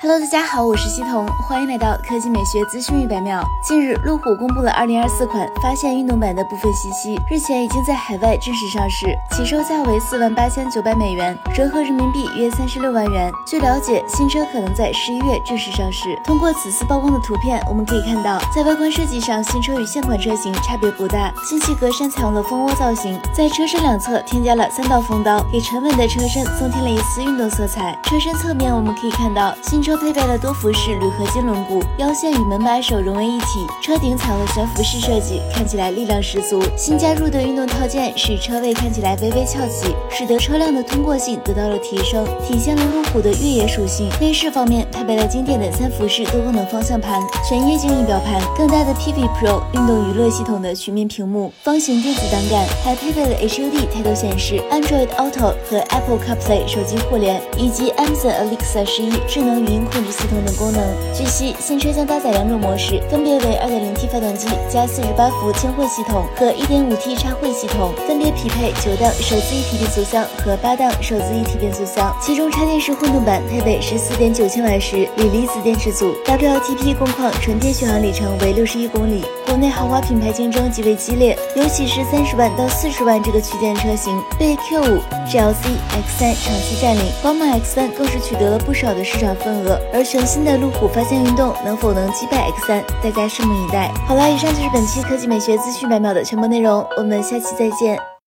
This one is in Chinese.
Hello， 大家好，我是西彤，欢迎来到科技美学资讯100秒。近日，路虎公布了2024款发现运动版的部分信息，日前已经在海外正式上市，起售价为48900美元，折合人民币约36万元。据了解，新车可能在11月正式上市。通过此次曝光的图片，我们可以看到，在外观设计上，新车与现款车型差别不大。进气格栅采用了蜂窝造型，在车身两侧添加了3道风刀，给沉稳的车身增添了一丝运动色彩。车身侧面我们可以看到，新车配备了多辐式铝合金轮毂，腰线与门把手融为一体，车顶采用了悬浮式设计，看起来力量十足。新加入的运动套件使车位看起来微微翘起，使得车辆的通过性得到了提升，体现了路虎的越野属性。内饰方面配备了经典的3辐式多功能方向盘、全液晶仪表盘、更大的 PV Pro 运动娱乐系统的曲面屏幕、方形电子档杆，还配备了 HUD 抬头显示、Android Auto 和 Apple CarPlay 手机互联，以及 Amazon Alexa 11智能语音控制系统等功能。据悉，新车将搭载2种模式，分别为 2.0T 发动机加48伏轻混系统和 1.5T 插混系统，分别匹配9档手自一体变速箱和8档手自一体变速箱。其中插电式混动版配备14.9千瓦时锂离子电池组 ，WLTP 工况纯电续航里程为61公里。国内豪华品牌竞争极为激烈，尤其是30万到40万这个区间车型被 Q5、GLC、X3 长期占领，宝马 X3 更是取得了不少的市场份额。而全新的路虎发现运动能否能击败 X3， 大家拭目以待。好了，以上就是本期科技美学资讯100秒的全部内容，我们下期再见。